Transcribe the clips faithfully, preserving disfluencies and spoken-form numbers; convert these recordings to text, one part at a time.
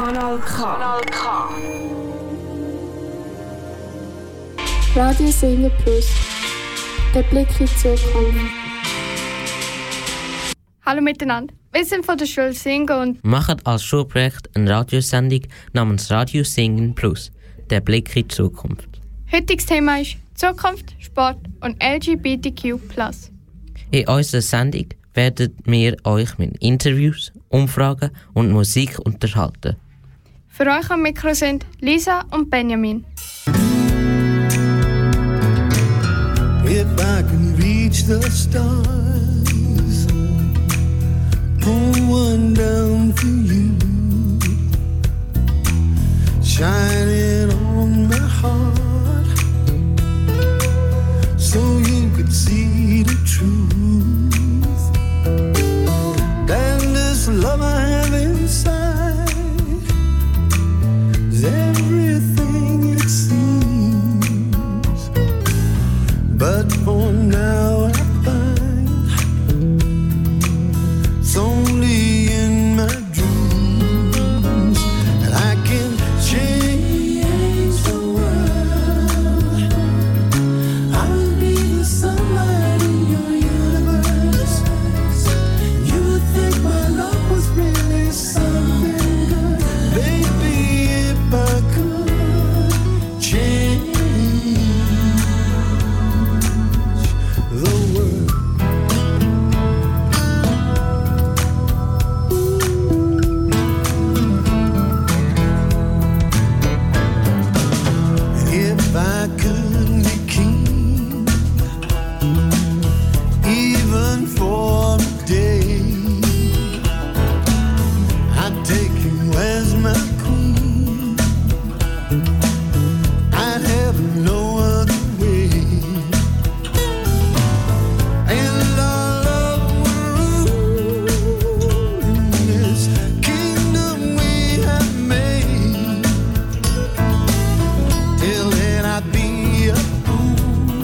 Kanal K. Kanal K. Radio Singen Plus. Der Blick in die Zukunft. Hallo miteinander. Wir sind von der Schule Singen und machen als Schulprojekt eine Radiosendung namens Radio Singen Plus. Der Blick in die Zukunft. Heutiges Thema ist Zukunft, Sport und L G B T Q plus. In unserer Sendung werden wir euch mit Interviews, Umfragen und Musik unterhalten. Für euch am Mikro sind Lisa und Benjamin. If I can reach the stars, pull one down for you, shining on my heart, so you could see the truth. Then this love I have inside is everything it seems. But for now I find it's only in my dreams that I can change the world. I'll be the sunlight in your universe. You would think my love was really something good. Baby, if I could change the world. And if I could be king, even for a day, I'd take you as my queen. I'd have no other way. And our love will rule in this kingdom we have made. Till then I'd be a fool,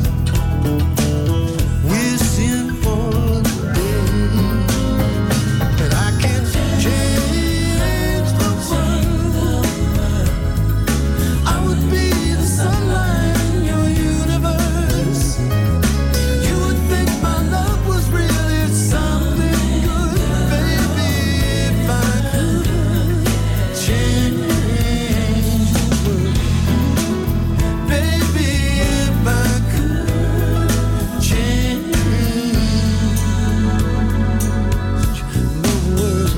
wishing for the day that I can change the world. I would be the sunlight in your universe. You would think my love was really something good. Baby, if I could change the world. Baby, if I could change the world.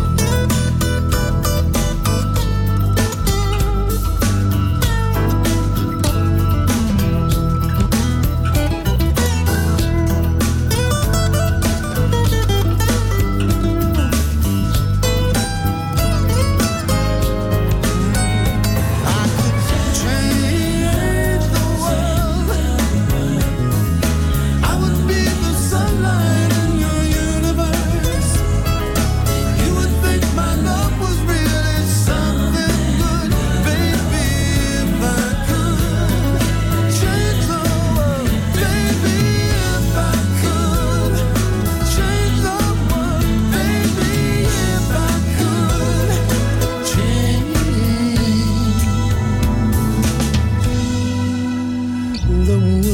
I could change the world. I would be the sunlight in your universe. You would think my love was really something good. Baby, if I could change the world. Baby, if I could change the world. Baby, if I could change the world.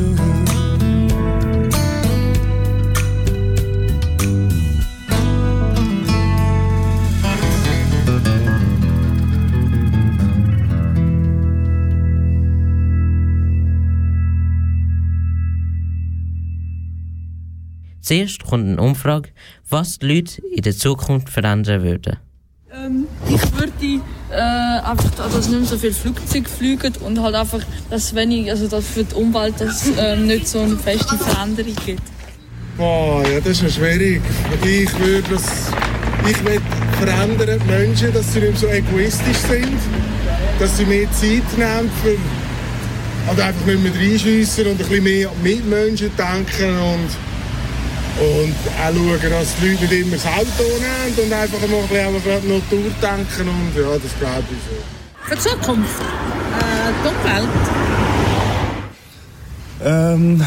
Zuerst kommt eine Umfrage, was die Leute in der Zukunft verändern würden. Ähm, ich würde äh, einfach, dass nicht mehr so viele Flugzeuge fliegen und halt einfach, dass wenig, also dass für die Umwelt das, ähm, nicht so eine feste Veränderung gibt. Boah, ja, das ist ja schwierig. Ich würde das, ich will verändern, die Menschen, dass sie nicht mehr so egoistisch sind, dass sie mehr Zeit nehmen für, also einfach nicht mehr reinschiessen und ein bisschen mehr an die Mitmenschen denken und, und auch schauen, dass die Leute nicht immer das Auto nehmen und einfach mal ein bisschen an die Natur denken und ja, das glaube ich so. Für die Zukunft? Äh, die Umwelt? Ähm,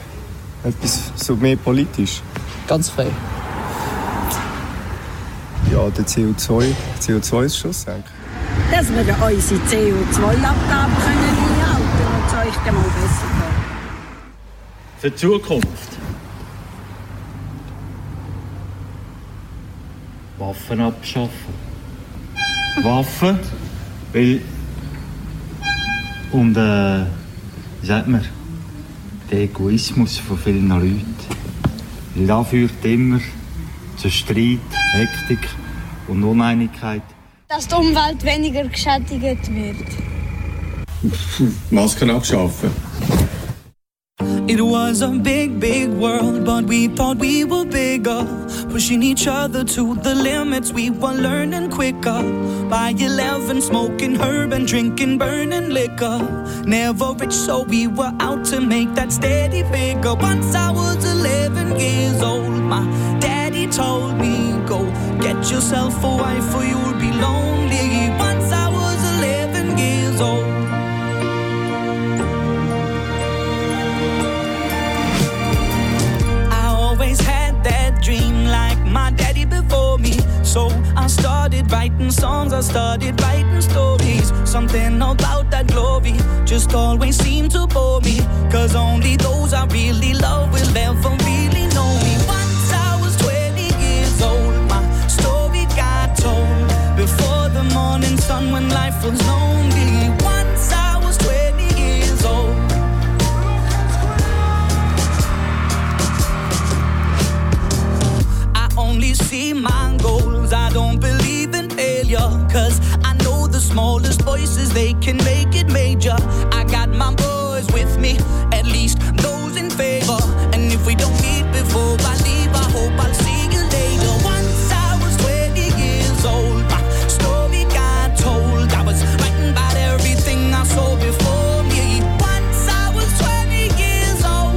etwas so mehr politisch. Ganz frei. Ja, den C O zwei Ausstoß senken. Dass wir unsere C O zwei Abgabe können einhalten und es euch dann mal besser geht. Für die Zukunft. Waffen abschaffen. Waffen, weil und äh, wie sagt man, der Egoismus von vielen Leuten. Weil das führt immer zu Streit, Hektik und Uneinigkeit. Dass die Umwelt weniger geschädigt wird. Masken abschaffen. It was a big, big world, but we thought we were bigger. Pushing each other to the limits, we were learning quicker. By eleven, smoking herb and drinking burning liquor. Never rich, so we were out to make that steady figure. Once I was eleven years old, my daddy told me, go get yourself a wife or you'll be lonely. Once I was eleven years old. Dream like my daddy before me. So I started writing songs, I started writing stories. Something about that glory just always seemed to bore me. Cause only those I really love will ever really know me. Once I was twenty years old, my story got told. Before the morning sun when life was lonely. Once I was twenty years old. Only see my goals, I don't believe in failure. Cause I know the smallest voices, they can make it major. I got my boys with me, at least those in favor. And if we don't meet before I leave, I hope I'll see you later. Once I was twenty years old, my story got told. I was writing about everything I saw before me. Once I was twenty years old.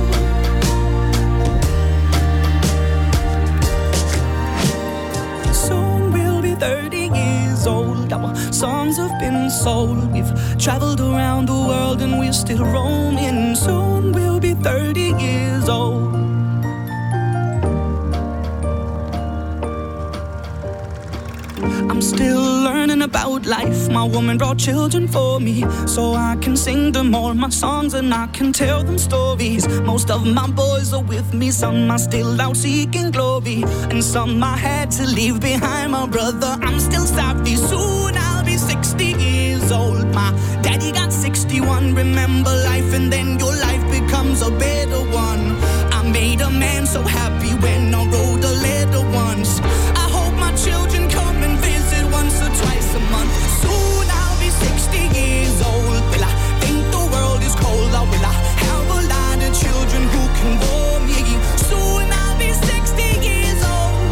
thirty years old, our songs have been sold. We've traveled around the world and we're still roaming. Soon we'll be thirty years old. I'm still learning about life. My woman brought children for me, so I can sing them all my songs and I can tell them stories. Most of my boys are with me, some are still out seeking glory, and some I had to leave behind. My brother, I'm still sorry. Soon I'll be sixty years old. My daddy got sixty-one. Remember life and then your life becomes a better one. I made a man so happy when I wrote a letter once. I hope my children come and visit once or twice a month. Soon I'll be sixty years old. Will I think the world is cold, or will I have a lot of children who can warm me? Soon I'll be sixty years old.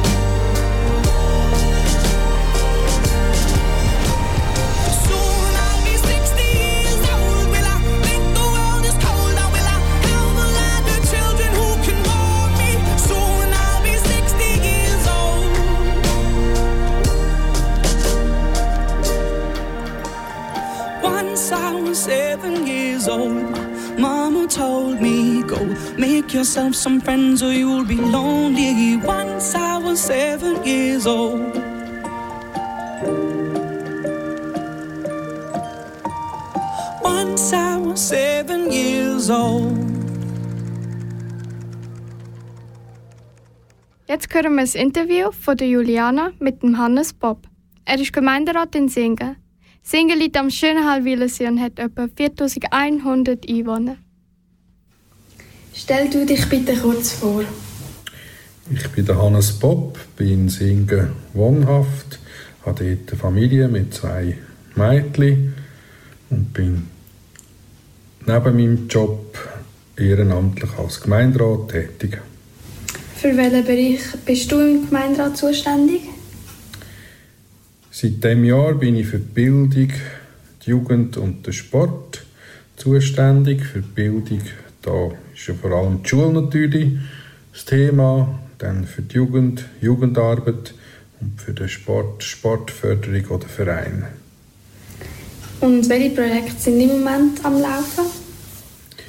Soon I'll be sixty years old. Will I think the world is cold, or will I have a lot of children who can warm me? Soon I'll be sixty years old. Once I was seven years old, Mama told me, go make yourself some friends or you'll be lonely. Once I was seven years old. Once I was seven years old. Jetzt hören wir ein Interview von der Juliana mit dem Hannes Bob. Er ist Gemeinderat in Singen. Singen liegt am schönen Halwilersee und hat etwa viertausendeinhundert Einwohner. Stell du dich bitte kurz vor. Ich bin der Hannes Bob, bin in Singen wohnhaft, habe dort eine Familie mit zwei Mädchen und bin neben meinem Job ehrenamtlich als Gemeinderat tätig. Für welchen Bereich bist du im Gemeinderat zuständig? Seit diesem Jahr bin ich für die Bildung, die Jugend und den Sport zuständig. Für die Bildung da ist ja vor allem die Schule natürlich das Thema, dann für die Jugend, Jugendarbeit und für den Sport, Sportförderung oder Verein. Und welche Projekte sind im Moment am Laufen?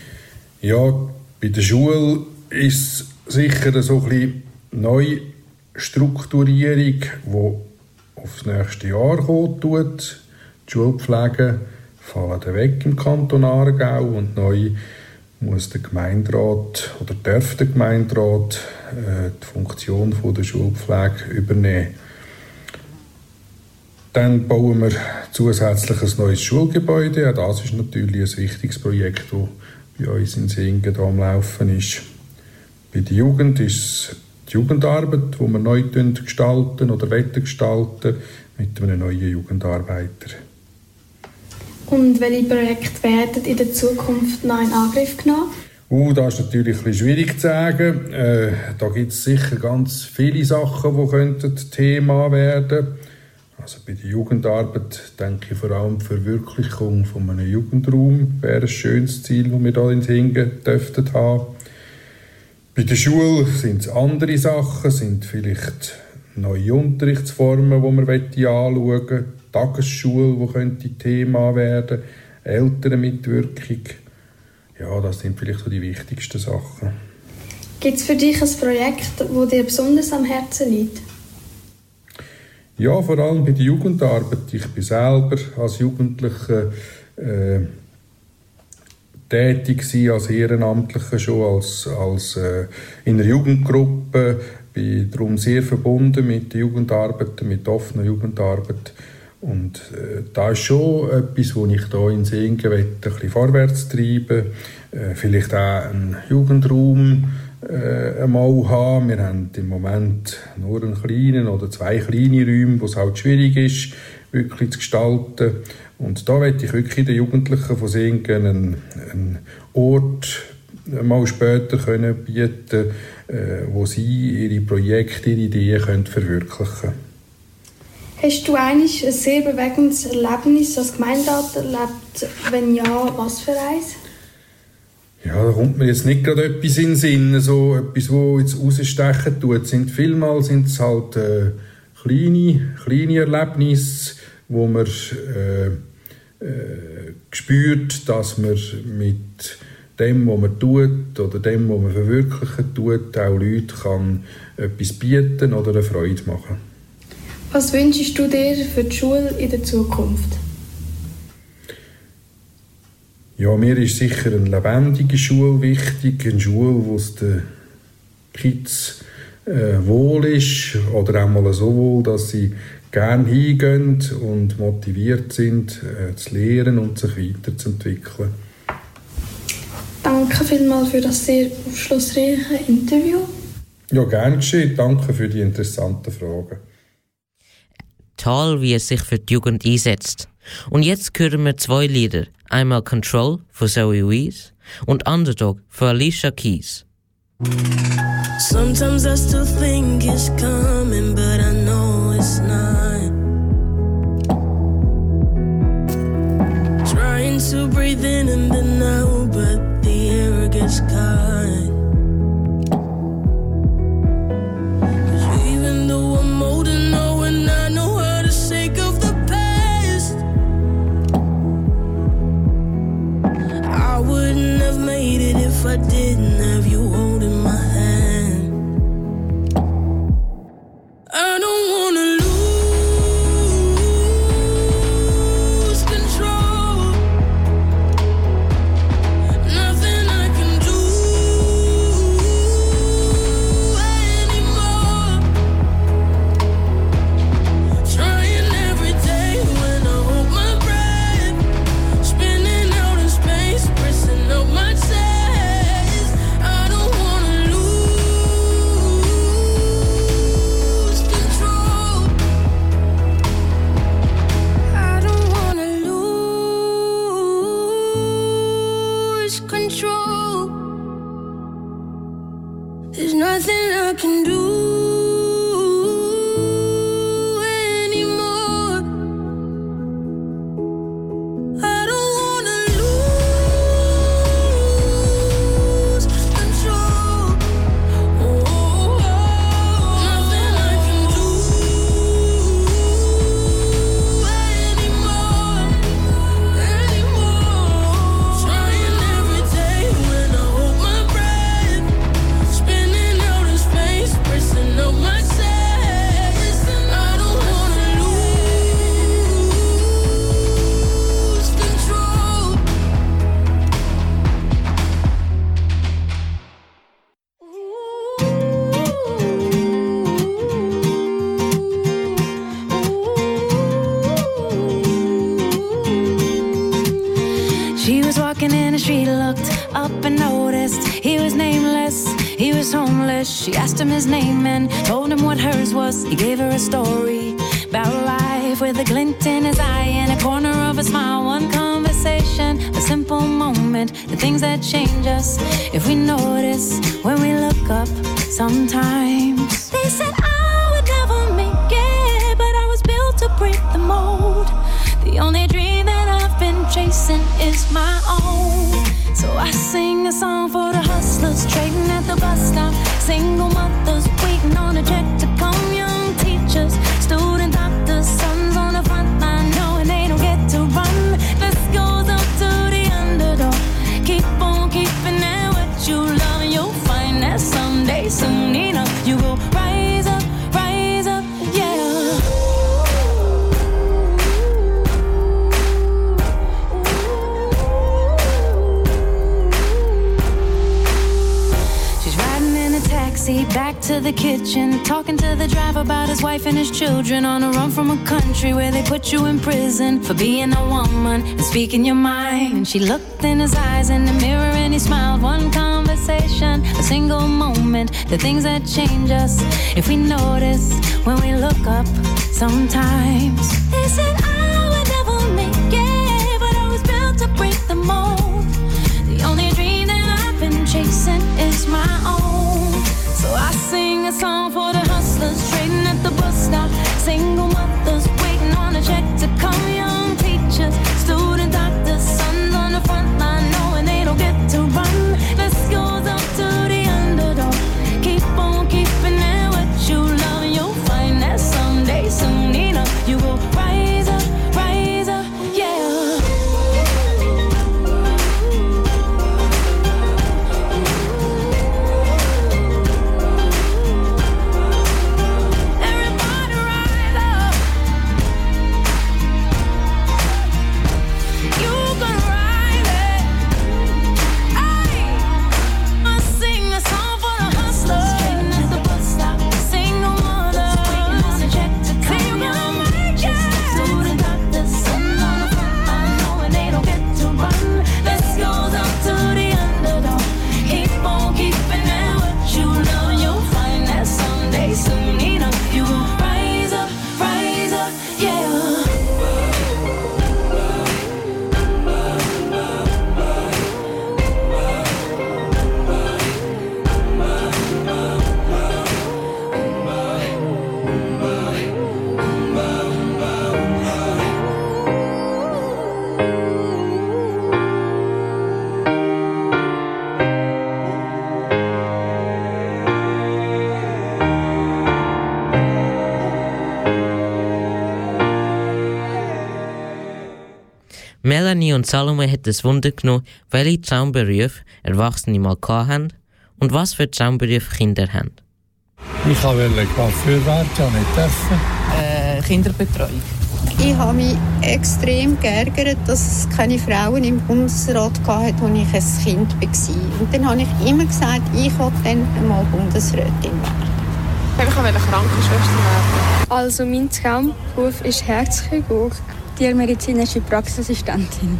Ja, bei der Schule ist es sicher so ein bisschen neu Strukturierung, die aufs nächste Jahr kommen tut. Die Schulpflege fallen dann weg im Kanton Aargau und neu muss der Gemeinderat oder darf der Gemeinderat äh, die Funktion von der Schulpflege übernehmen. Dann bauen wir zusätzlich ein neues Schulgebäude. Auch das ist natürlich ein wichtiges Projekt, das bei uns in Singen am Laufen ist. Bei der Jugend ist es die Jugendarbeit, die wir neu gestalten oder gestalten mit einem neuen Jugendarbeiter. Und welche Projekte werden in der Zukunft noch in Angriff genommen? Uh, das ist natürlich ein bisschen schwierig zu sagen. Äh, da gibt es sicher ganz viele Sachen, die könnten Thema werden. Also bei der Jugendarbeit denke ich vor allem die Verwirklichung von einem Jugendraum wäre ein schönes Ziel, das wir hier in Singen dürften haben. Bei der Schule sind es andere Sachen, sind vielleicht neue Unterrichtsformen, die man anschauen möchten. Tagesschule, die könnte Thema werden, Elternmitwirkung. Ja, das sind vielleicht so die wichtigsten Sachen. Gibt es für dich ein Projekt, das dir besonders am Herzen liegt? Ja, vor allem bei der Jugendarbeit. Ich bin selber als Jugendlicher äh, tätig gewesen, als Ehrenamtlicher schon, als, als äh, in einer Jugendgruppe. Bin darum sehr verbunden mit der Jugendarbeit, mit der offenen Jugendarbeit. Und äh, da ist schon etwas, wo ich hier in Singen ein bisschen vorwärts treiben äh, vielleicht auch einen Jugendraum äh, einmal haben. Wir haben im Moment nur einen kleinen oder zwei kleine Räume, wo es halt schwierig ist, wirklich zu gestalten. Und da möchte ich wirklich den Jugendlichen von Singen einen, einen Ort mal später können bieten, äh, wo sie ihre Projekte, ihre Ideen können verwirklichen können. Hast du eigentlich ein sehr bewegendes Erlebnis als Gemeinderat erlebt? Wenn ja, was für eins? Ja, da kommt mir jetzt nicht gerade etwas in den Sinn, so etwas, das jetzt rausstechen tut. Sind vielmal sind es halt äh, kleine, kleine Erlebnisse, wo man äh, äh, spürt, dass man mit dem, was man tut oder dem, was man verwirklichen tut, auch Leuten kann etwas bieten oder eine Freude machen. Was wünschst du dir für die Schule in der Zukunft? Ja, mir ist sicher eine lebendige Schule wichtig, eine Schule, wo es den Kids äh, wohl ist oder auch mal so wohl, dass sie gerne hingehen und motiviert sind, äh, zu lernen und sich weiterzuentwickeln. Danke vielmals für das sehr aufschlussreiche Interview. Ja, gerne geschehen. Danke für die interessanten Fragen. Toll, wie es sich für die Jugend einsetzt. Und jetzt hören wir zwei Lieder. Einmal Control von Zoe Wees und Underdog von Alicia Keys. Sometimes I still think it's coming, but I know it's not. Trying to breathe in and then out, but the air gets caught. If I didn't have you holding my hand, I don't wanna lose control. Nothing I can do anymore. Trying every day when I hold my breath, spinning out in space, pressing out my chest. There's nothing I can do anymore. I don't wanna lose control. Oh, oh, oh. Nothing I can do anymore, anymore. Trying every day when I hold my breath, spinning out in space. He was homeless, she asked him his name and told him what hers was. He gave her a story about life with a glint in his eye and a corner of a smile. One conversation, a simple moment, the things that change us if we notice when we look up sometimes. They said I would never make it, but I was built to break the mold. The only dream that I've been chasing is my own. So I sing a song for the hustlers trading at the bus stop, single mothers waiting on a check to come, young teachers, student doctors, sons on the front line knowing they don't get to run. This goes up to the underdog. Keep on keeping at what you love and you'll find that someday, soon enough, you will rise up, rise up, yeah. Back to the kitchen, talking to the driver about his wife and his children, on a run from a country where they put you in prison for being a woman and speaking your mind. And she looked in his eyes in the mirror and he smiled. One conversation, a single moment, the things that change us if we notice when we look up sometimes. They said I would never make it, but I was built to break the mold. The only dream that I've been chasing is my own. So I sing a song for the hustlers trading at the bus stop, single mothers waiting on a check to come, young teachers, student doctors, sons on the front line knowing they don't get to run. This goes up to the underdog. Keep on keeping at what you love and you'll find that someday, soon enough, you will rise up, rise up, yeah. Melanie und Salome hat das Wunder genommen, welche Traumberufe Erwachsene mal hatten und was für Traumberufe Kinder haben. Ich wollte Coiffeur werden, ja nicht dürfen. Äh, Kinderbetreuung. Ich habe mich extrem geärgert, dass es keine Frauen im Bundesrat gab, als ich ein Kind war. Und dann habe ich immer gesagt, ich wollte dann einmal Bundesrätin werden. Ich wollte Krankenschwester werden. Also mein Traumberuf ist Herzchirurg, tiermedizinische Praxisassistentin.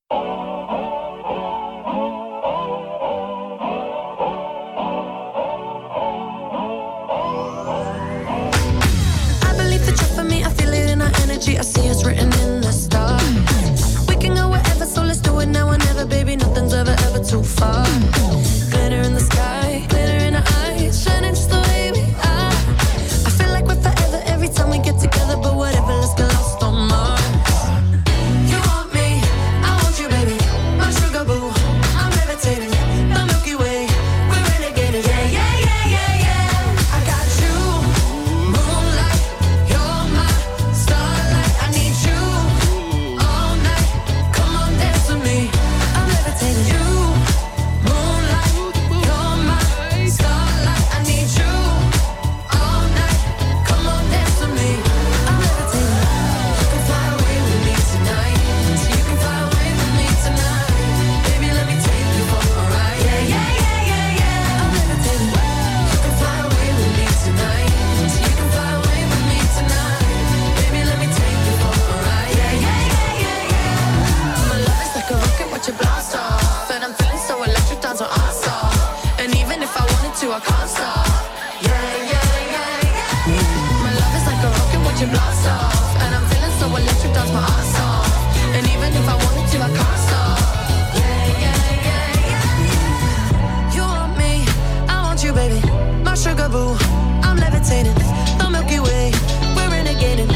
I see it's written in the stars. We can go wherever, so let's do it now or never, baby. Nothing's ever, ever too far. Glitter in the sky, glitter in our eyes, shining just the way we are. I feel like we're forever every time we get together, but whatever, let's get lost on Mars. You want me, I can't stop. Yeah, yeah, yeah, yeah. My love is like a rocket, watch it blast off. And I'm feeling so electric, that's my ass off. And even if I wanted to, I can't stop. Yeah, yeah, yeah, yeah. You want me, I want you, baby. My sugar boo, I'm levitating. The Milky Way, we're renegading.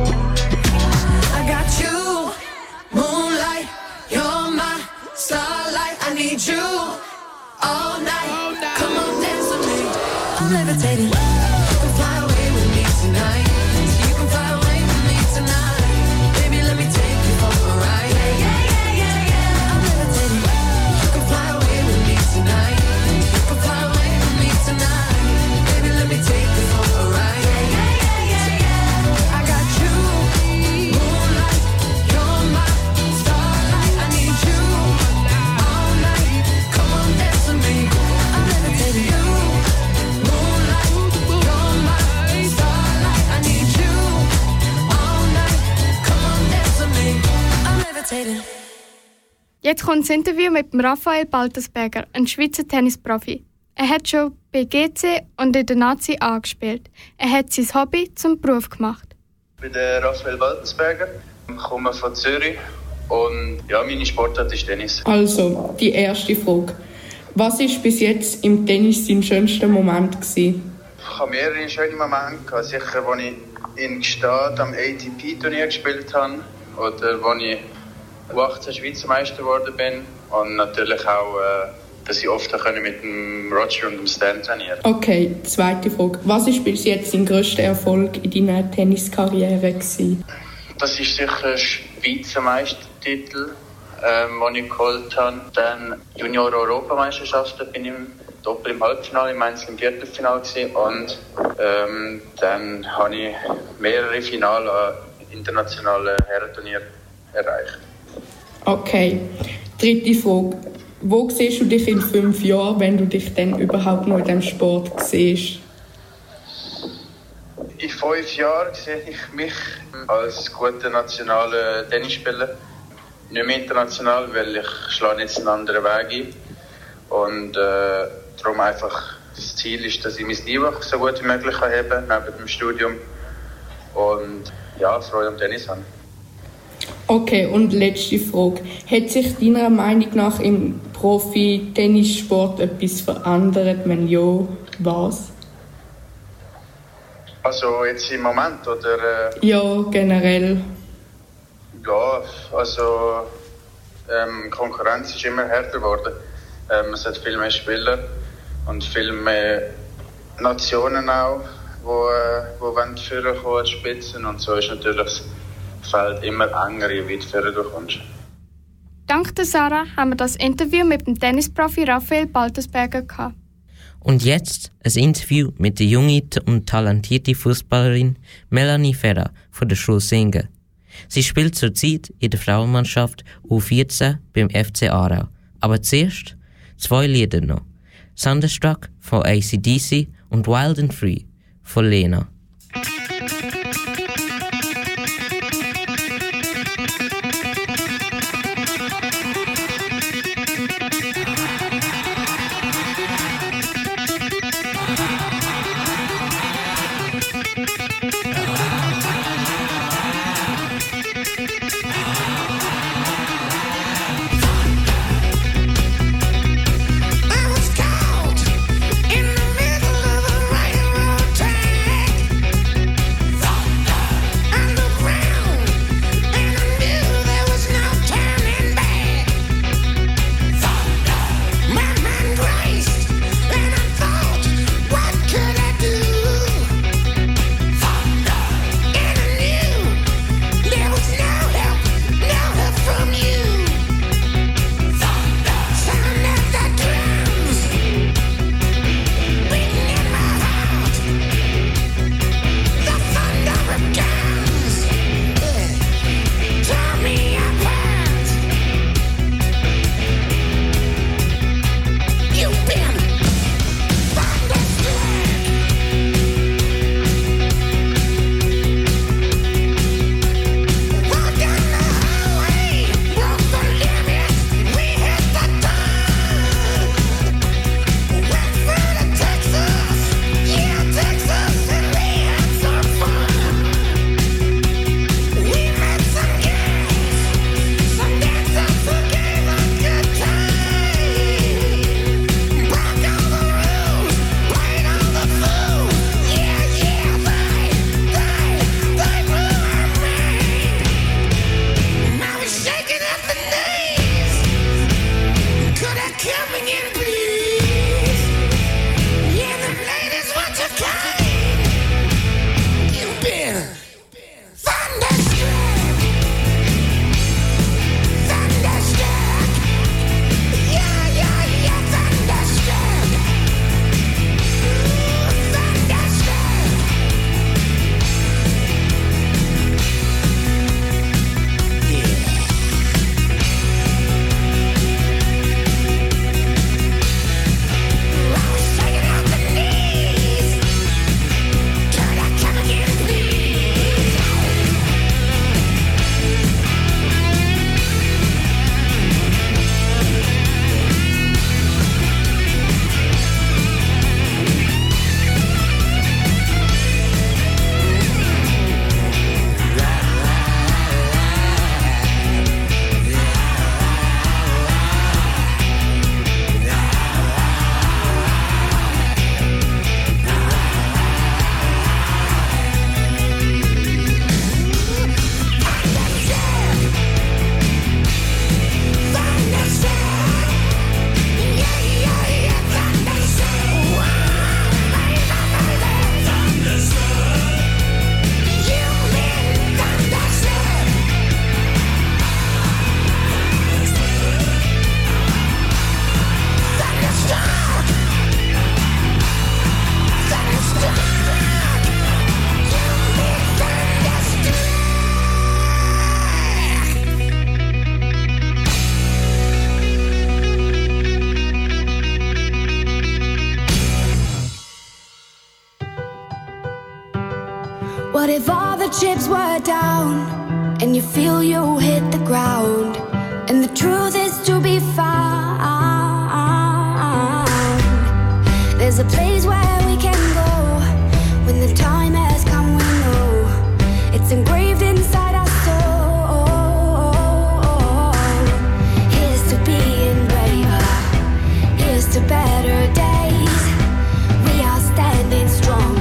I got you, moonlight, you're my starlight. I need you all night. Come on, dance with me. I'm levitating. You can fly away with me tonight. You can fly away with me tonight. Baby, let me take you for a ride. Yeah, yeah, yeah, yeah. I'm levitating. You can fly away with me tonight. You can fly away with me tonight. Baby, let me take you for a ride. Yeah, yeah, yeah, yeah. I got you, moonlight. You're my starlight. I need you all night. Come on, dance with me. I'm levitating. You, moonlight. You're my starlight. I need you all night. Come on, dance with me. I'm levitating. Jetzt kommt das Interview mit dem Raphael Baltersberger, ein Schweizer Tennisprofi. Er hat schon bei G C und in der Nazi A gespielt. Er hat sein Hobby zum Beruf gemacht. Ich bin der Raphael Baltersberger, ich komme von Zürich und ja, meine Sportart ist Tennis. Also, die erste Frage. Was war bis jetzt im Tennis dein schönster Moment gewesen? Ich habe mehrere schöne Momente gehabt. Sicher, als ich in Gstaad am A T P-Turnier gespielt habe oder als ich U achtzehn Schweizer Meister geworden bin und natürlich auch, äh, dass ich oft mit dem Roger und dem Stan trainieren. Okay, zweite Frage. Was war bis jetzt dein grösster Erfolg in deiner Tenniskarriere gewesen? Das ist sicher ein Schweizer Meistertitel, ähm, den ich geholt habe. Dann Junior-Europameisterschaften bin ich im Doppel im Halbfinale, im Einzel im Viertelfinale gewesen. Und ähm, dann habe ich mehrere Finale an internationalen Herrenturnieren erreicht. Okay, dritte Frage. Wo siehst du dich in fünf Jahren, wenn du dich dann überhaupt noch in diesem Sport siehst? In fünf Jahren sehe ich mich als guter nationaler Tennisspieler. Nicht mehr international, weil ich schlage jetzt einen anderen Weg ein. Und äh, darum einfach das Ziel ist, dass ich mein Niveau so gut wie möglich heben kann, neben dem Studium. Und ja, Freude am Tennis haben. Okay, und letzte Frage. Hat sich deiner Meinung nach im Profi-Tennissport etwas verändert? Wenn ja, was? Also jetzt im Moment, oder? Äh, ja, generell. Ja, also ähm, Konkurrenz ist immer härter geworden. Ähm, es hat viel mehr Spieler und viel mehr Nationen auch, die äh, wo führen kommen als Spitzen. Und so ist natürlich das Feld immer enger, je weit führen du kommst. Dank der Sarah haben wir das Interview mit dem Tennisprofi Raphael Baltersberger gehabt. Und jetzt ein Interview mit der jungen und talentierten Fußballerin Melanie Ferrer von der Schule Singen. Sie spielt zurzeit in der Frauenmannschaft U vierzehn beim F C Aarau. Aber zuerst zwei Lieder noch. Thunderstruck von A C D C und Wild and Free von Lena. I was caught in the middle of a railroad track. What if all the chips were down and you feel you hit the ground and the truth is to be found? There's a place where we can go when the time has come, we know it's engraved inside our soul. Here's to being braver, here's to better days. We are standing stronger.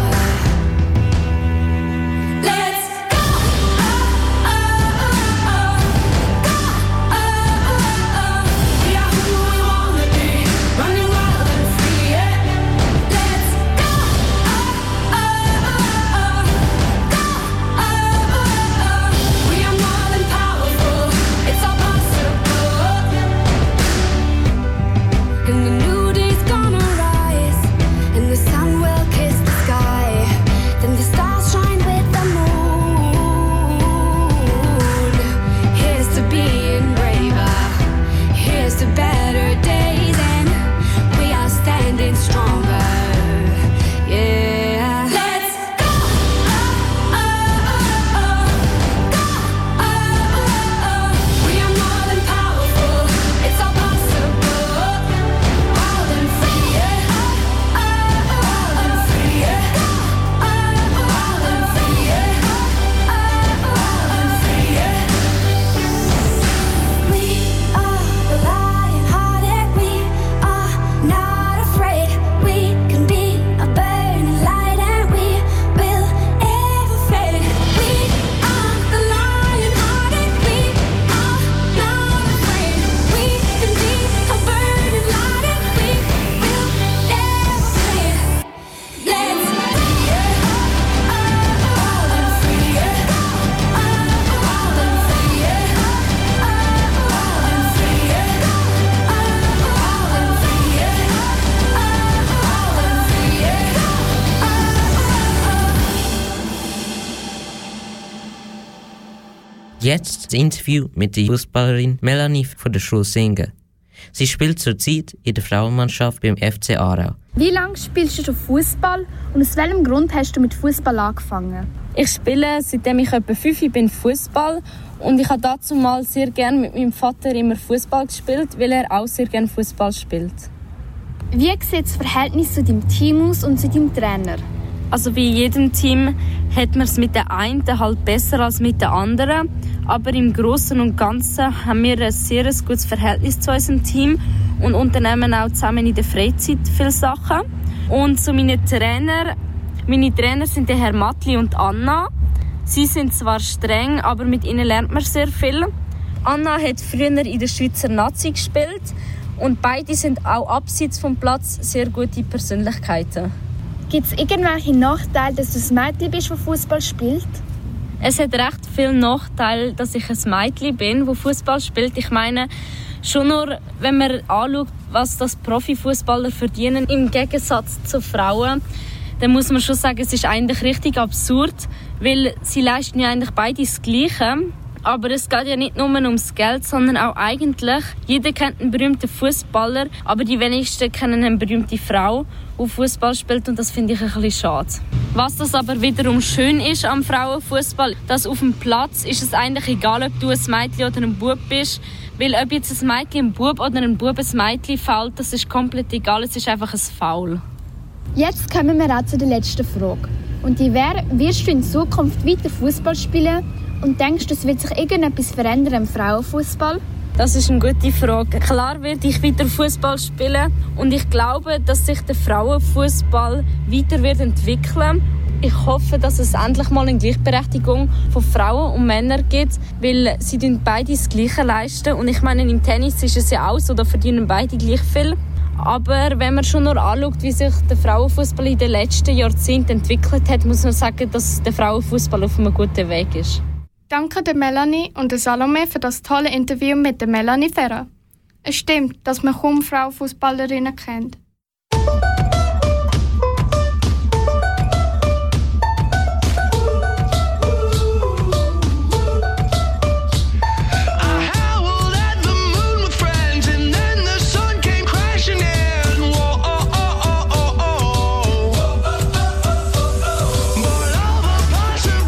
Jetzt das Interview mit der Fußballerin Melanie von der Schule Singen. Sie spielt zurzeit in der Frauenmannschaft beim F C Aarau. Wie lange spielst du Fußball und aus welchem Grund hast du mit Fußball angefangen? Ich spiele, seitdem ich etwa fünf bin, Fußball und ich habe dazu mal sehr gerne mit meinem Vater immer Fußball gespielt, weil er auch sehr gerne Fußball spielt. Wie sieht das Verhältnis zu deinem Team aus und zu deinem Trainer? Also wie in jedem Team hat man es mit der einen halt besser als mit der anderen. Aber im Großen und Ganzen haben wir ein sehr gutes Verhältnis zu unserem Team und unternehmen auch zusammen in der Freizeit viele Sachen. Und zu meinen Trainern, meine Trainer sind der Herr Matli und Anna. Sie sind zwar streng, aber mit ihnen lernt man sehr viel. Anna hat früher in der Schweizer Nazi gespielt und beide sind auch abseits vom Platz sehr gute Persönlichkeiten. Gibt es irgendwelche Nachteile, dass du ein Mädchen bist, das Fußball spielt? Es hat recht viele Nachteile, dass ich ein Mädchen bin, das Fußball spielt. Ich meine, schon nur, wenn man anschaut, was das Profifußballer verdienen, im Gegensatz zu Frauen, dann muss man schon sagen, es ist eigentlich richtig absurd, weil sie leisten ja eigentlich beide das Gleiche. Aber es geht ja nicht nur ums Geld, sondern auch eigentlich, jeder kennt einen berühmten Fußballer, aber die wenigsten kennen eine berühmte Frau, die Fußball spielt, und das finde ich ein bisschen schade. Was das aber wiederum schön ist am Frauenfußball, dass auf dem Platz ist es eigentlich egal, ob du ein Mädchen oder ein Bub bist, weil ob jetzt ein Mädchen ein Bub oder ein Bub ein Mädchen fällt, das ist komplett egal, es ist einfach ein Foul. Jetzt kommen wir auch zu der letzten Frage. Und die wäre, wirst du in Zukunft weiter Fußball spielen und denkst du, es wird sich irgendetwas verändern im Frauenfußball? Das ist eine gute Frage. Klar werde ich weiter Fußball spielen und ich glaube, dass sich der Frauenfußball weiter wird entwickeln. Ich hoffe, dass es endlich mal eine Gleichberechtigung von Frauen und Männern gibt, weil sie beide das Gleiche leisten. Und ich meine, im Tennis ist es ja auch so, da verdienen beide gleich viel. Aber wenn man schon nur anschaut, wie sich der Frauenfußball in den letzten Jahrzehnten entwickelt hat, muss man sagen, dass der Frauenfußball auf einem guten Weg ist. Danke der Melanie und der Salome für das tolle Interview mit der Melanie Ferrer. Es stimmt, dass man kaum Frauenfußballerinnen kennt. Possible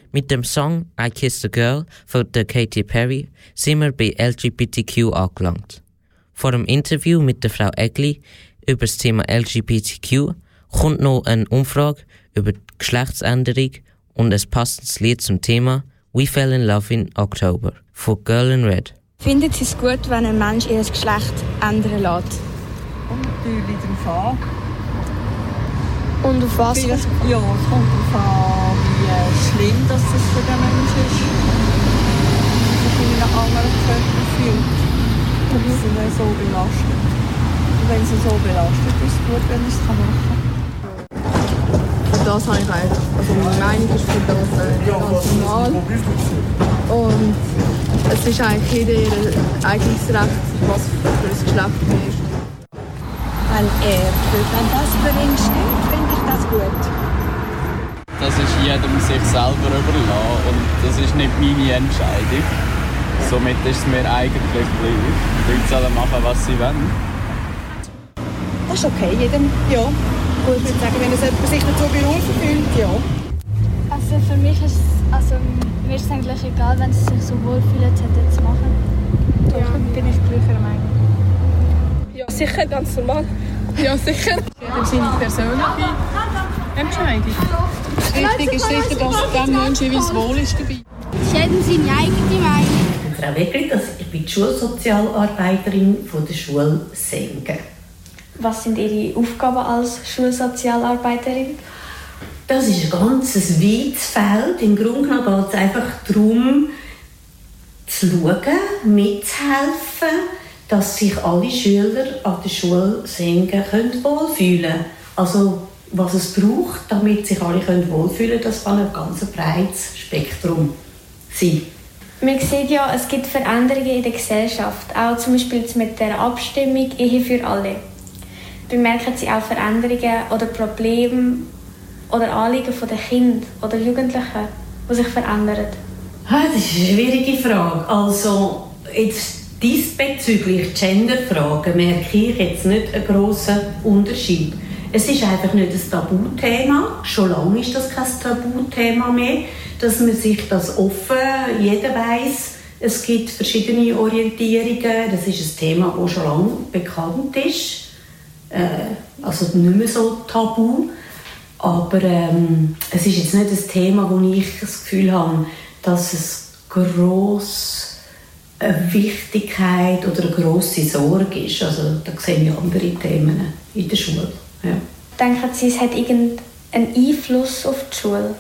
Mit dem Song I Kissed a Girl von der Katy Perry sind wir bei L G B T Q angelangt. Vor dem Interview mit der Frau Egli über das Thema L G B T Q kommt noch eine Umfrage über die Geschlechtsänderung und ein passendes Lied zum Thema We Fell in Love in October von Girl in Red. Findet Sie es gut, wenn ein Mensch ihr Geschlecht ändern lässt? Kommt natürlich darauf an. Und auf was? Vielleicht, ja, es kommt darauf an, wie schlimm das für den Menschen ist. Sich in einem anderen Körper fühlt. Und sie sind nicht so belastet. Und wenn sie so belastet ist, ist es gut, wenn ich es machen kann. Für das habe ich eigentlich, also meine Meinung ist für das äh, ganz normal. Und es ist eigentlich jeder ihr eigenes Recht, was für ein Geschlecht er ist. Wenn er fühlt, wenn das für ihn stimmt, finde ich das gut. Das ist jedem sich selber überlassen und das ist nicht meine Entscheidung. Somit ist es mir eigentlich gleich. Die Leute sollen machen, was sie wollen. Das ist okay, jedem, ja. Gut, ich würde sagen, wenn es jemand sich dazu berufen fühlt, ja. Also für mich ist es, also mir ist es eigentlich egal, wenn sie sich so wohlfühlen, das zu machen. Ja. Dann bin ich gleicher Meinung. Ja, sicher, ganz normal. Ja, sicher. Jeder seine persönliche Entscheidung. Wichtig ist sicher, dass dem Menschen jeweils wohl ist dabei. Jedem seine eigene Meinung. Ich bin Frau Wegli, ich bin die Schulsozialarbeiterin von der Schule Sengen. Was sind Ihre Aufgaben als Schulsozialarbeiterin? Das ist ein ganz weites Feld. Im Grunde genommen geht es einfach darum, zu schauen, mitzuhelfen, dass sich alle Schüler an der Schule Sengen wohlfühlen können. Also was es braucht, damit sich alle wohlfühlen können, das kann ein ganz breites Spektrum sein. Man sieht ja, es gibt Veränderungen in der Gesellschaft, auch zum Beispiel mit der Abstimmung Ehe für alle. Bemerken Sie auch Veränderungen oder Probleme oder Anliegen der Kinder oder Jugendlichen, die sich verändern? Das ist eine schwierige Frage. Also jetzt diesbezüglich Genderfragen merke ich jetzt nicht einen grossen Unterschied. Es ist einfach nicht ein Tabuthema. Schon lange ist das kein Tabuthema mehr, dass man sich das offen, jeder weiss, es gibt verschiedene Orientierungen. Das ist ein Thema, das schon lange bekannt ist. Äh, also nicht mehr so tabu. Aber ähm, es ist jetzt nicht ein Thema, wo ich das Gefühl habe, dass es gross eine Wichtigkeit oder eine grosse Sorge ist. Also da sehen wir andere Themen in der Schule. Ja. Denken Sie, es hat irgendeinen Einfluss auf die Schule?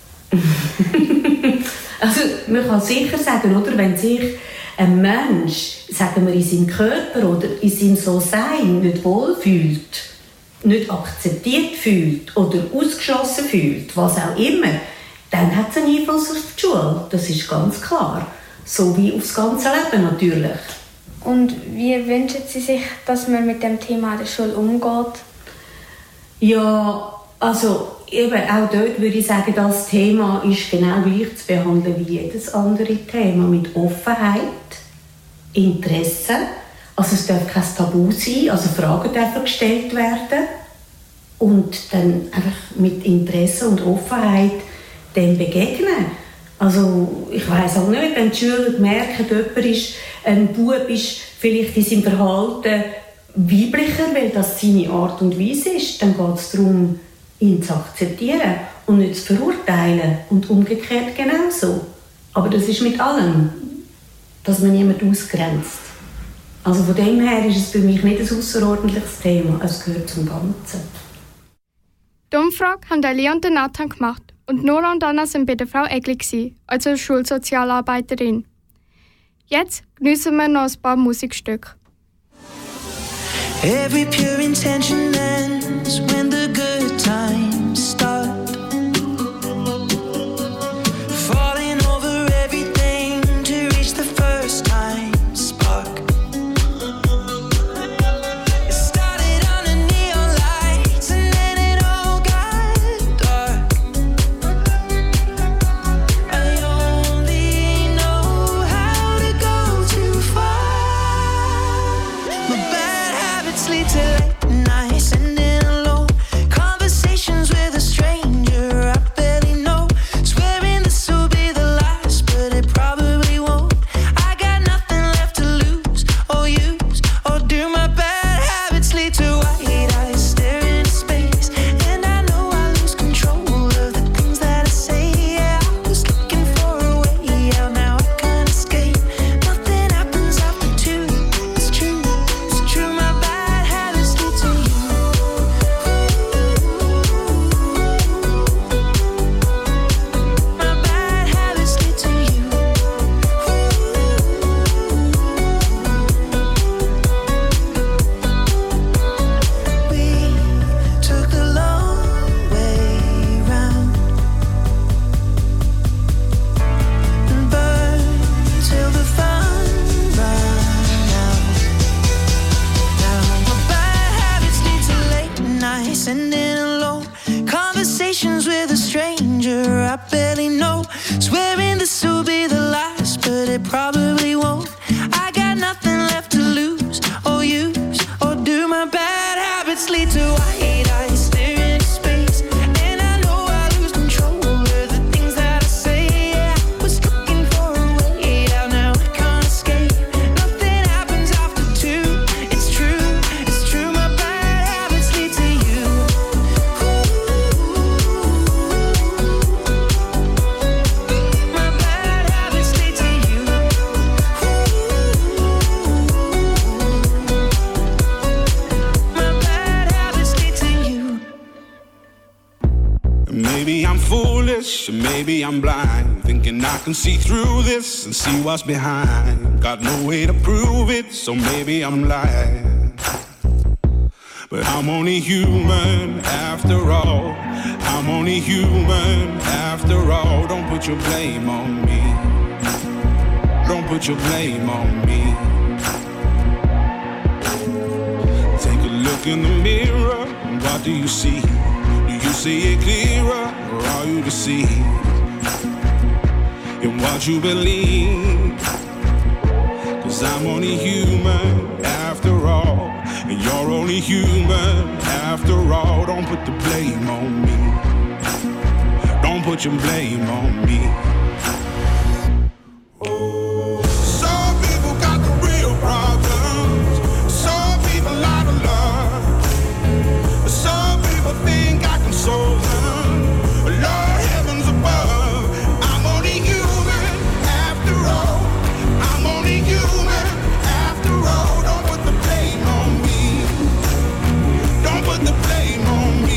Also man kann sicher sagen, oder, wenn sich ein Mensch, sagen wir, in seinem Körper oder in seinem So-Sein nicht wohlfühlt, nicht akzeptiert fühlt oder ausgeschlossen fühlt, was auch immer, dann hat es einen Einfluss auf die Schule. Das ist ganz klar. So wie aufs ganze Leben natürlich. Und wie wünschen Sie sich, dass man mit dem Thema in der Schule umgeht? Ja, also eben auch dort würde ich sagen, das Thema ist genau gleich zu behandeln wie jedes andere Thema. Mit Offenheit, Interesse. Also es darf kein Tabu sein, also Fragen dürfen gestellt werden. Und dann einfach mit Interesse und Offenheit dem begegnen. Also ich weiss auch nicht, wenn die Schüler merken, jemand ist, ein Bub ist vielleicht in seinem Verhalten weiblicher, weil das seine Art und Weise ist, dann geht es darum, ihn zu akzeptieren und nicht zu verurteilen und umgekehrt genauso. Aber das ist mit allem, dass man niemanden ausgrenzt. Also von dem her ist es für mich nicht ein außerordentliches Thema, es gehört zum Ganzen. Die Umfrage haben Elia und Nathan gemacht und Nora und Anna sind bei der Frau Egli, also Schulsozialarbeiterin. Jetzt geniessen wir noch ein paar Musikstücke. Every pure intention ends when the good times start. Falling over everything to reach the first time spark. It started under neon lights and then it all got dark. I only know how to go too far. My bad habits lead to late nights, sending alone sending alone. Conversations with a stranger I barely know. Swearing this will be the last, but it probably won't. I got nothing left to lose or use, or do my bad habits lead to white eyes staring into space? And I know I lose control of the things that I say. Yeah, I was looking for a way out, now I can't escape. Nothing happens after two. It's true, it's true. My bad habits lead to you. My bad habits lead to you. My bad habits lead to you. Maybe I'm foolish, maybe I'm blind, thinking I can see through this and see what's behind. Got no way to prove it, so maybe I'm lying. But I'm only human after all. I'm only human after all. Don't put your blame on me. Don't put your blame on me. Take a look in the mirror, what do you see? Do you see it clearer, or are you deceived in what you believe? Cause I'm only human after all, and you're only human after all. Don't put the blame on me. Don't put your blame on me. Some people got the real problems. Some people out of love. Some people think I can solve them. Lord heavens above, I'm only human after all. I'm only human after all. Don't put the blame on me. Don't put the blame on me.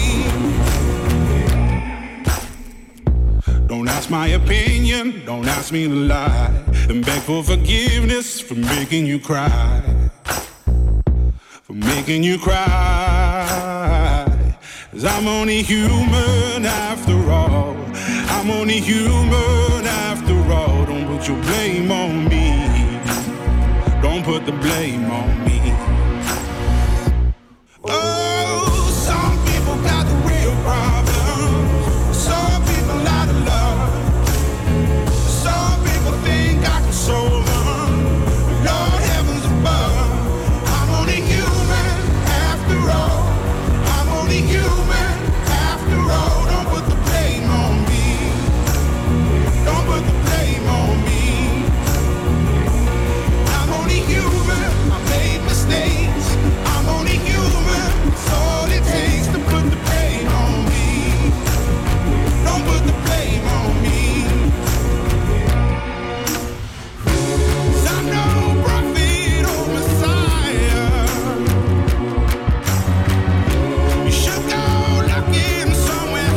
Don't ask my opinion, don't ask me to lie, and beg for forgiveness for making you cry. For making you cry. Cause I'm only human after all. I'm only human after all. Don't put your blame on me. Don't put the blame on me. Oh, some people got the real problems. Some people out of love. Some people think I can solve them. Lord heavens above, I'm only human after all. I'm only human after all. Don't put the blame on me. Don't put the blame on me. I'm only human. I made mistakes. I'm only human. It's all it takes to put the blame on me. Don't put the blame on me. 'Cause I'm no prophet or Messiah. You should go looking somewhere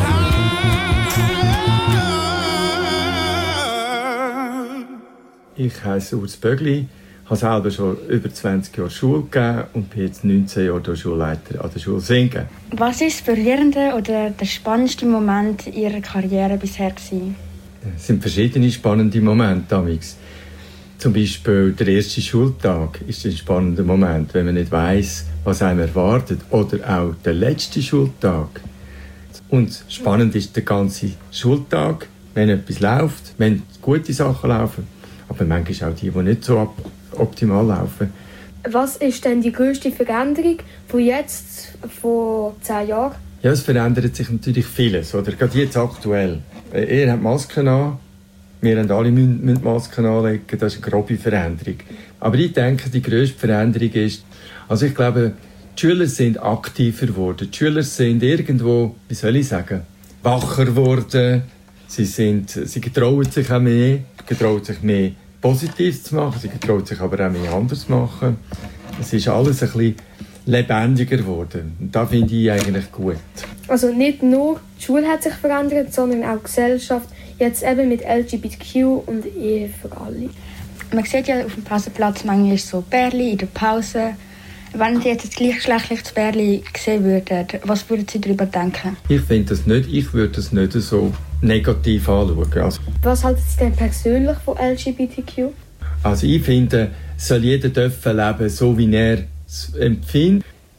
high. Ich heiße Urs Bögli, habe selber schon über zwanzig Jahre Schule gegeben und bin jetzt neunzehn Jahre der Schulleiter an der Schule Singen. Was ist das berührende oder der spannendste Moment Ihrer Karriere bisher gewesen? Es sind verschiedene spannende Momente damals. Zum Beispiel der erste Schultag ist ein spannender Moment, wenn man nicht weiss, was einem erwartet. Oder auch der letzte Schultag. Und spannend ist der ganze Schultag, wenn etwas läuft, wenn gute Sachen laufen. Aber manchmal auch die, die nicht so op- optimal laufen. Was ist denn die grösste Veränderung von jetzt, von zehn Jahren? Ja, es verändert sich natürlich vieles, oder? Gerade jetzt aktuell. Äh, Ihr habt Masken an, wir haben alle müssen, müssen Masken anlegen, das ist eine grobe Veränderung. Aber ich denke, die grösste Veränderung ist, also ich glaube, die Schüler sind aktiver geworden. Die Schüler sind irgendwo, wie soll ich sagen, wacher geworden. Sie, sind, sie getrauen sich auch mehr, getrauen sich mehr Positives zu machen, sie getrauen sich aber auch mehr anders zu machen. Es ist alles ein bisschen lebendiger geworden. Und das finde ich eigentlich gut. Also nicht nur die Schule hat sich verändert, sondern auch die Gesellschaft, jetzt eben mit L G B T Q und Ehe für alle. Man sieht ja auf dem Pausenplatz manchmal so Bärli in der Pause. Wenn Sie jetzt ein gleichgeschlechtliches Bärli sehen würden, was würden Sie darüber denken? Ich finde das nicht, ich würde das nicht so negativ anschauen. Also, Was halten Sie denn persönlich von L G B T Q? also ich finde, soll jeder dürfen leben, so wie er es empfindet.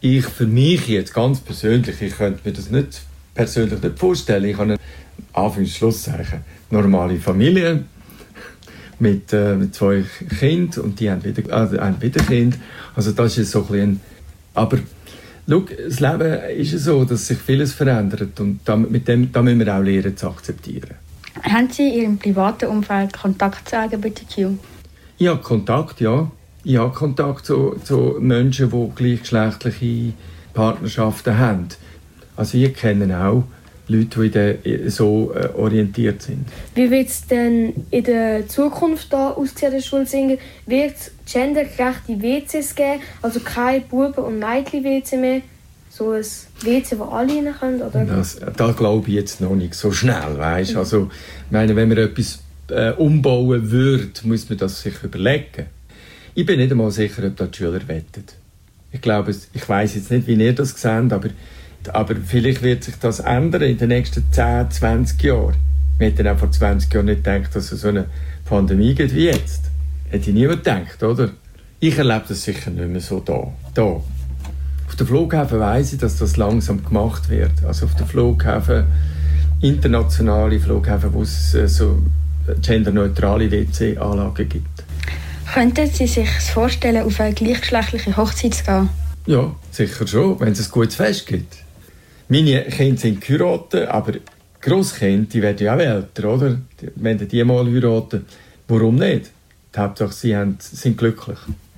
ich für mich jetzt ganz persönlich, ich könnte mir das nicht persönlich nicht vorstellen. Ich habe eine Anführungs- Schlusszeichen normale Familie mit, äh, mit zwei Kindern und die haben wieder, äh, haben wieder Kinder. Also das ist so ein bisschen, aber schau, das Leben ist so, dass sich vieles verändert und da, mit dem, da müssen wir auch lernen zu akzeptieren. Haben Sie in Ihrem privaten Umfeld Kontakt zu L G B T Q? Ich habe Kontakt, ja. Ich habe Kontakt zu, zu Menschen, die gleichgeschlechtliche Partnerschaften haben. Also ich kenne auch Leute, die so äh, orientiert sind. Wie wird es denn in der Zukunft da aussehen, der Schule Singen? Wird es gendergerechte W Cs geben? Also kein Buben- und Mädchen-W C mehr? So ein W C, wo alle rein können? Oder? Das, das glaube ich jetzt noch nicht so schnell. Weißt? Also, ich meine, wenn man etwas äh, umbauen würde, muss man das sich überlegen. Ich bin nicht einmal sicher, ob das die Schüler wetten. Ich glaube, ich weiss jetzt nicht, wie ihr das seht, aber Aber vielleicht wird sich das ändern in den nächsten zehn, zwanzig Jahren. Wir hätten auch vor zwanzig Jahren nicht gedacht, dass es so eine Pandemie gibt wie jetzt. Hätte ich niemand gedacht, oder? Ich erlebe das sicher nicht mehr so da. da. Auf den Flughäfen weiss ich, dass das langsam gemacht wird. Also auf den Flughäfen, internationale Flughäfen, wo es äh, so genderneutrale W C-Anlagen gibt. Könnten Sie sich vorstellen, auf eine gleichgeschlechtliche Hochzeit zu gehen? Ja, sicher schon, wenn es ein gutes Fest gibt. Meine Kinder sind geheiratet, aber Grosskinder, die werden ja auch älter, oder? Wenn die mal heiraten, warum nicht? Die Hauptsache, sie haben, sind glücklich.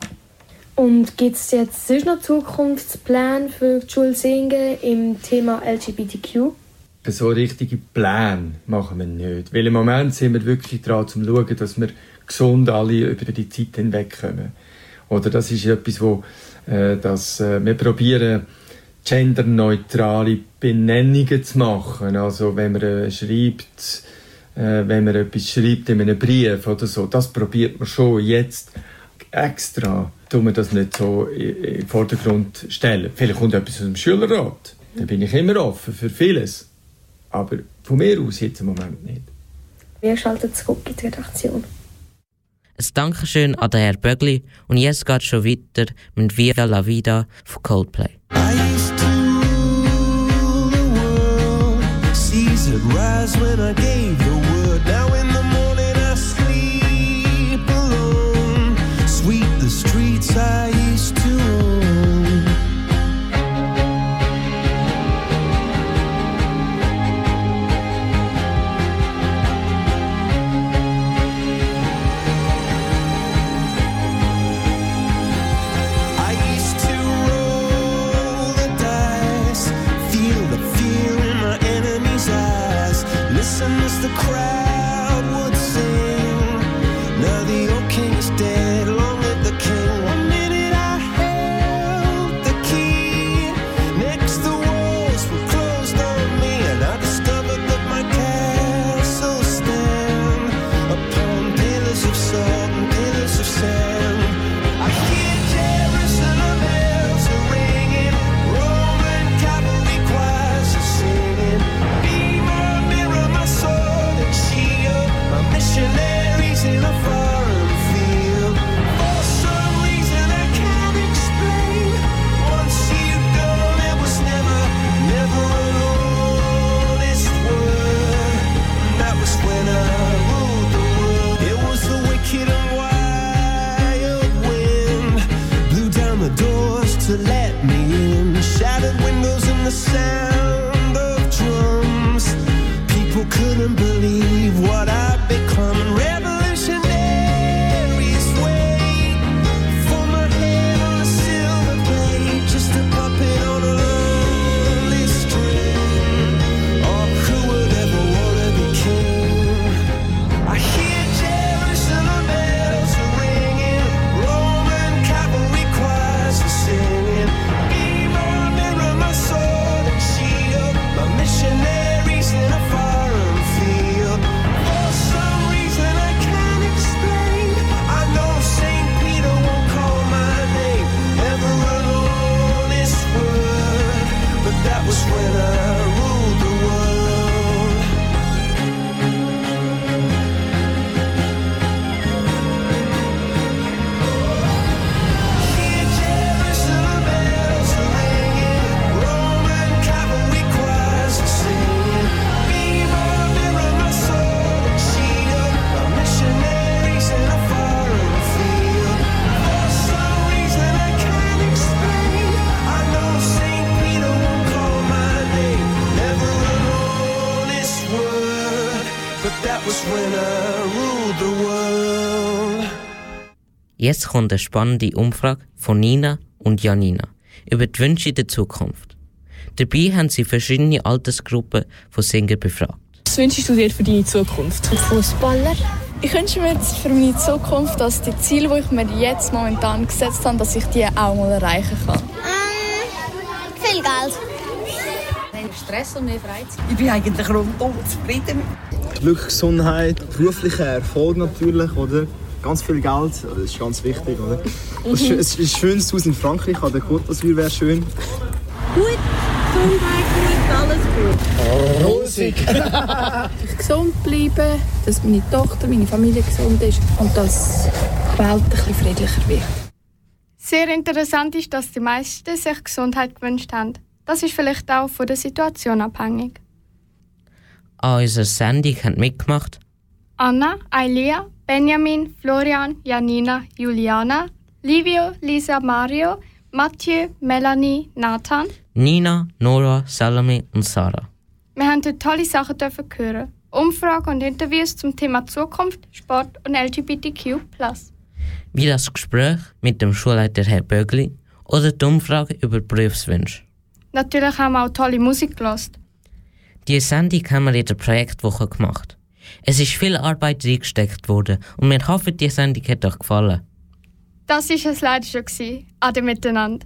Und gibt es jetzt sonst noch Zukunftspläne für die Schule Singen im Thema L G B T Q? So richtige Pläne machen wir nicht. Weil im Moment sind wir wirklich dran, um zu schauen, dass wir gesund alle über die Zeit hinwegkommen. Oder das ist etwas, wo äh, dass, äh, wir probieren, genderneutrale Benennungen zu machen. Also wenn man äh, schreibt, äh, wenn man etwas schreibt in einem Brief oder so, das probiert man schon. Jetzt extra tun wir das nicht so in den Vordergrund stellen. Vielleicht kommt etwas aus dem Schülerrat. Da bin ich immer offen für vieles. Aber von mir aus jetzt im Moment nicht. Wir schalten zurück in die Redaktion. Ein Dankeschön an den Herrn Bögli und jetzt geht es schon weiter mit Viva la Vida von Coldplay. I used to rule the world. Seas would rise when I gave the word. Now in the morning I sleep alone. Sweep the streets I used to own. I used to roll the dice, feel the fear in my enemy's eyes. Listen as the crowd would sing. Now the old king is dead, long live the king. One minute Jetzt kommt eine spannende Umfrage von Nina und Janina über die Wünsche in der Zukunft. Dabei haben sie verschiedene Altersgruppen von Singern befragt. Was wünschst du dir für deine Zukunft? Fußballer. Ich wünsche mir jetzt für meine Zukunft, dass die Ziele, die ich mir jetzt momentan gesetzt habe, dass ich die auch mal erreichen kann. Ähm, viel Geld. Weniger Stress und mehr Freizeit. Ich bin eigentlich rundum zufrieden. Glück, Gesundheit, beruflicher Erfolg natürlich, oder? Ganz viel Geld, das ist ganz wichtig, oder? Es ist ein schönes Haus in Frankreich, an der Côte d'Azur wäre schön. Gut, Gesundheit, gut, alles gut. Rosig! Gesund bleiben, dass meine Tochter, meine Familie gesund ist und dass die Welt ein bisschen friedlicher wird. Sehr interessant ist, dass die meisten sich Gesundheit gewünscht haben. Das ist vielleicht auch von der Situation abhängig. An unserer Sendung haben mitgemacht Anna, Ailia, Benjamin, Florian, Janina, Juliana, Livio, Lisa, Mario, Mathieu, Melanie, Nathan, Nina, Nora, Salome und Sarah. Wir haben heute tolle Sachen hören. Umfragen und Interviews zum Thema Zukunft, Sport und L G B T Q plus. Wie das Gespräch mit dem Schulleiter Herr Bögli oder die Umfrage über Berufswünsche. Natürlich haben wir auch tolle Musik gehört. Diese Sendung haben wir in der Projektwoche gemacht. Es ist viel Arbeit reingesteckt worden und wir hoffen, die Sendung hat euch gefallen. Das war es leider schon. Ade miteinander.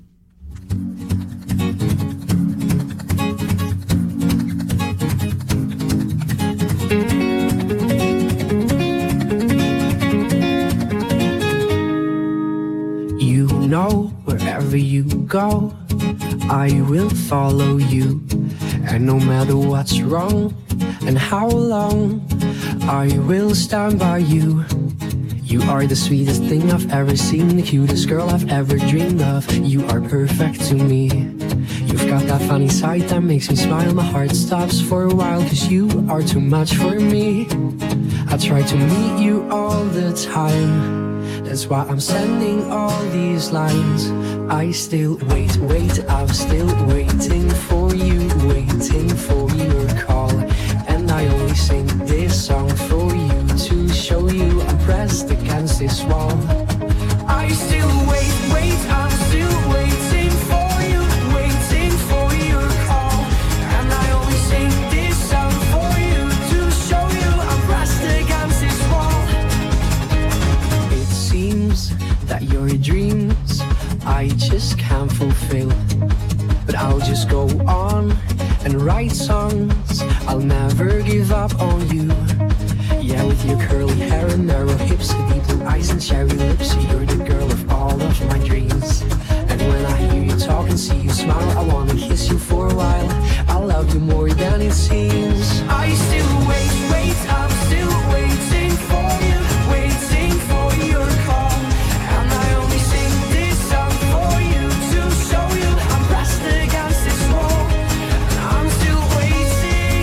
You know, wherever you go, I will follow you. And no matter what's wrong and how long, I will stand by you. You are the sweetest thing I've ever seen, the cutest girl I've ever dreamed of. You are perfect to me. You've got that funny side that makes me smile. My heart stops for a while, cause you are too much for me. I try to meet you all the time. That's why I'm sending all these lines. I still wait, wait, I'm still waiting for you, waiting for your call. And I only sing this song for you, to show you I'm pressed against this wall. I still wait, wait, I'm still waiting for you, waiting for your call. And I only sing this song for you, to show you I'm pressed against this wall. It seems that your dreams I just can't fulfill, but I'll just go on and write songs. I'll never give up on you. Yeah, with your curly hair and narrow hips, deep blue eyes and cherry lips, you're the girl of all of my dreams. And when I hear you talk and see you smile, I wanna kiss you for a while. I love you more than it seems. I still wait, wait, I'm still waiting for you, waiting for your call. And I only sing this song for you, to show you I'm pressed against this wall. And I'm still waiting,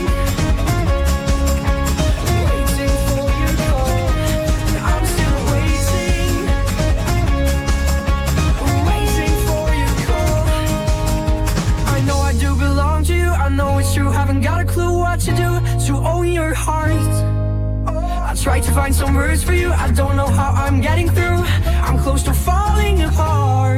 waiting for your call. And I'm still waiting, waiting for your call. I know I do belong to you, I know it's true, haven't got a clue what to do to own your heart. I try to find some words for you, I don't know how I'm getting through. I'm close to falling apart.